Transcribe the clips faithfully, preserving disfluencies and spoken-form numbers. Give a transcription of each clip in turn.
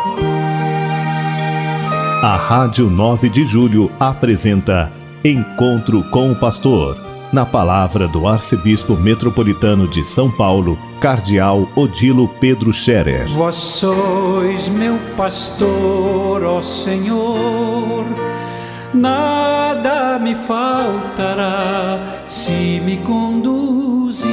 A Rádio nove de Julho apresenta Encontro com o Pastor, na palavra do Arcebispo Metropolitano de São Paulo, Cardeal Odilo Pedro Scherer. Vós sois meu pastor, ó Senhor, nada me faltará se me conduzis.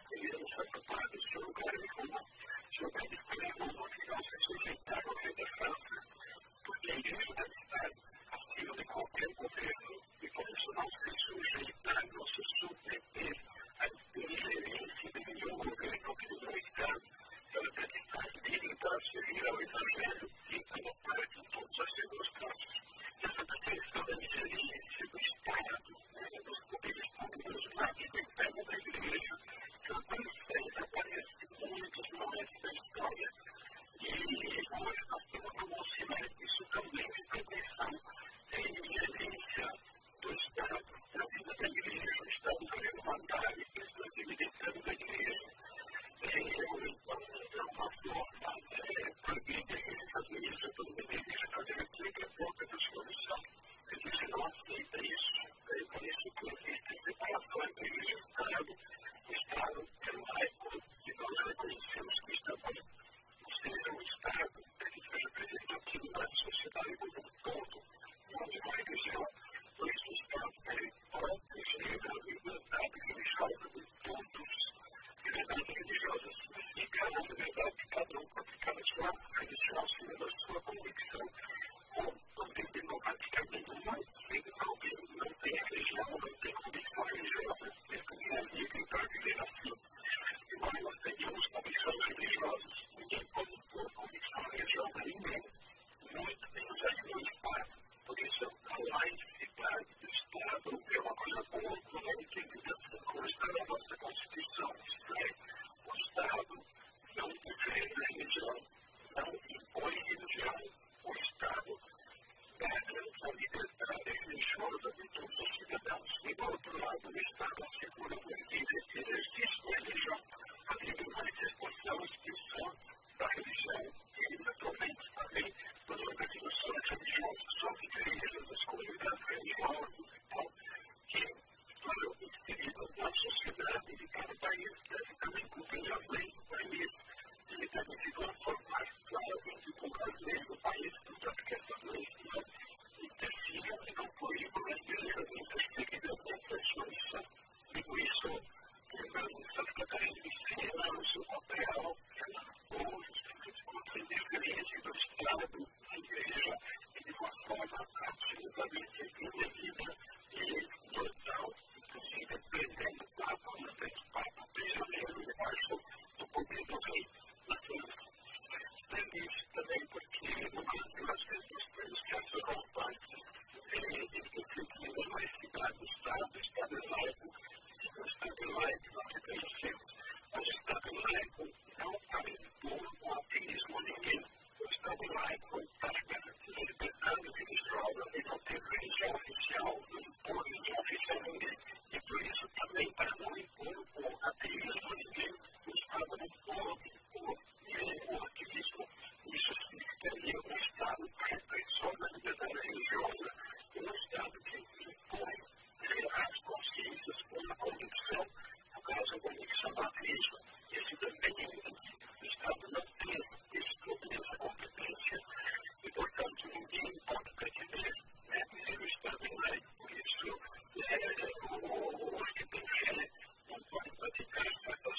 Sujeitar ao rei da fama. feliz também porque no Brasil às vezes nós temos que afrontar em uma cidade do Estado, o Estado é laico, e o Estado é laico nós reconhecemos, mas o Estado laico não está impondo o ateísmo a ninguém. O Estado laico está garantando a liberdade religiosa e não ter religião oficial, não impor religião oficial a ninguém. E por isso também para não impor o ateísmo a ninguém, o Estado não pode impor o ateísmo. Isso significaria um Estado repressor da liberdade religiosa, um Estado que impõe as consciências com a convicção, no caso a convicção do ateísmo. Esse também é um o Estado não tem esse poder, essa competência, e portanto ninguém pode pretender né, dizer o Estado é laico. Por isso, é, os que têm fé não podem praticar certas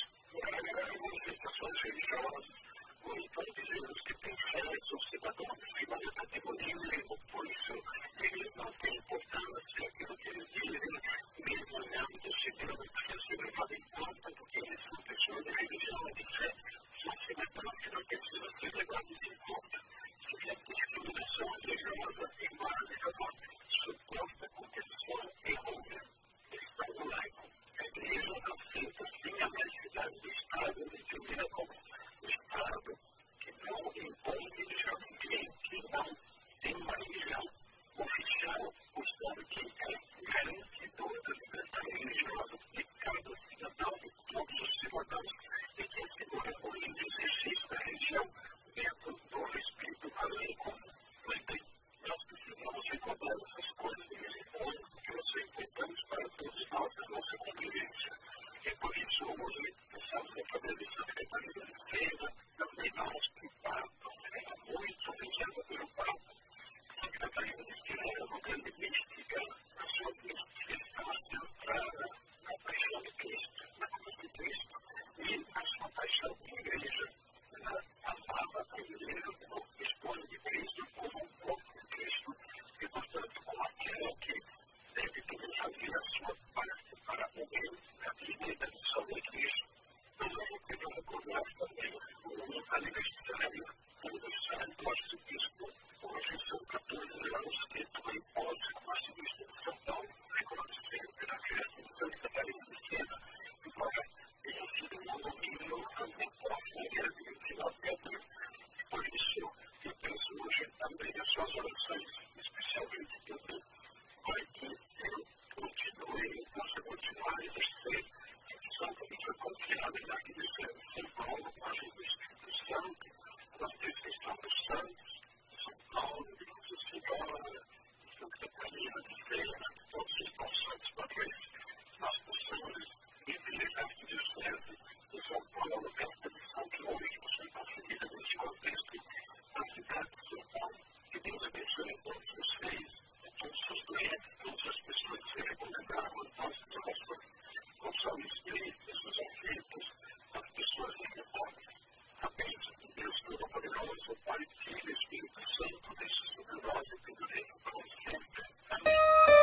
manifestações religiosas, ou então dizer os que têm fé são cidadãos de segunda categoria, por isso eles não têm importância aquilo que eles dizem, mesmo não decidiram que precisa ser levado em conta, porque eles são pessoas de religião e de fé, são cidadãos que não precisam ser levados em conta. Se a discriminação religiosa em base a uma suposta competição errônea, Estado laico, a igreja aceita sim a laicidade do Estado, entendida como o Estado que não impõe religião a ninguém, que não tem uma religião oficial, o Estado que é garantidor da liberdade religiosa de cada cidadão, de todos os cidadãos, e que assegura o livre exercício da religião dentro do respeito à lei comum. Pois bem, nós precisamos recordar essas coisas de vez em quando, porque elas são importantes para todos nós da nossa convivência. E por isso, hoje, pensamos em fazer a Santa Catarina de Sena, também nós, que o Papa, era muito obrigado pelo Papa. Santa Catarina de Sena era uma grande mística, a sua mística estava centrada na paixão de Cristo, na cruz de Cristo, e a sua paixão de igreja, ela amava a igreja como esposa de Cristo, como um corpo de Cristo, e portanto, como aquela que deve também fazer a sua parte para morrer na vida e da missão da igreja. Nós vamos querer recordar também o aniversário, o aniversário do arcebispo, hoje são quatorze anos que tomei posse como arcebispo de São Paulo, reconhecendo pela festa de Santa Catarina de Sena, embora tenha sido um domínio também posse na guerra de vinte e nove de abril. E por isso, eu penso hoje também as suas orações, especialmente também, para que eu continue, possa continuar a exercer a missão que me foi confiada na Arquidiocese de São Paulo, com a ajuda do Espírito Santo, com a intercessão dos santos, de São Paulo, de Nossa Senhora, de Santa Catarina de Sena, de todos os nossos santos padrões, nós possamos viver a Arquidiocese de São Paulo, esta missão que hoje nos foi concedida neste contexto da cidade de São Paulo. Que Deus abençoe a todos vocês, a todos os doentes, a todas as pessoas que se recomendaram as nossas orações, Gonçalo Espírito, seus aflitos, as pessoas necessitadas. A bênção de Deus Todo-Poderoso, Pai, Filho e Espírito Santo, deixe sobre nós e permaneça para sempre. Amém.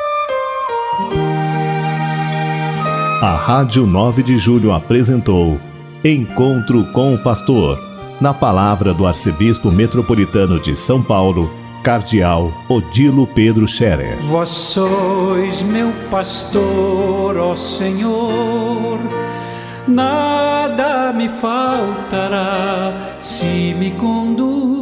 A Rádio nove de Julho apresentou Encontro com o Pastor, na palavra do Arcebispo Metropolitano de São Paulo, Cardeal Odilo Pedro Scherer. Vós sois meu pastor, ó Senhor, nada me faltará se me conduz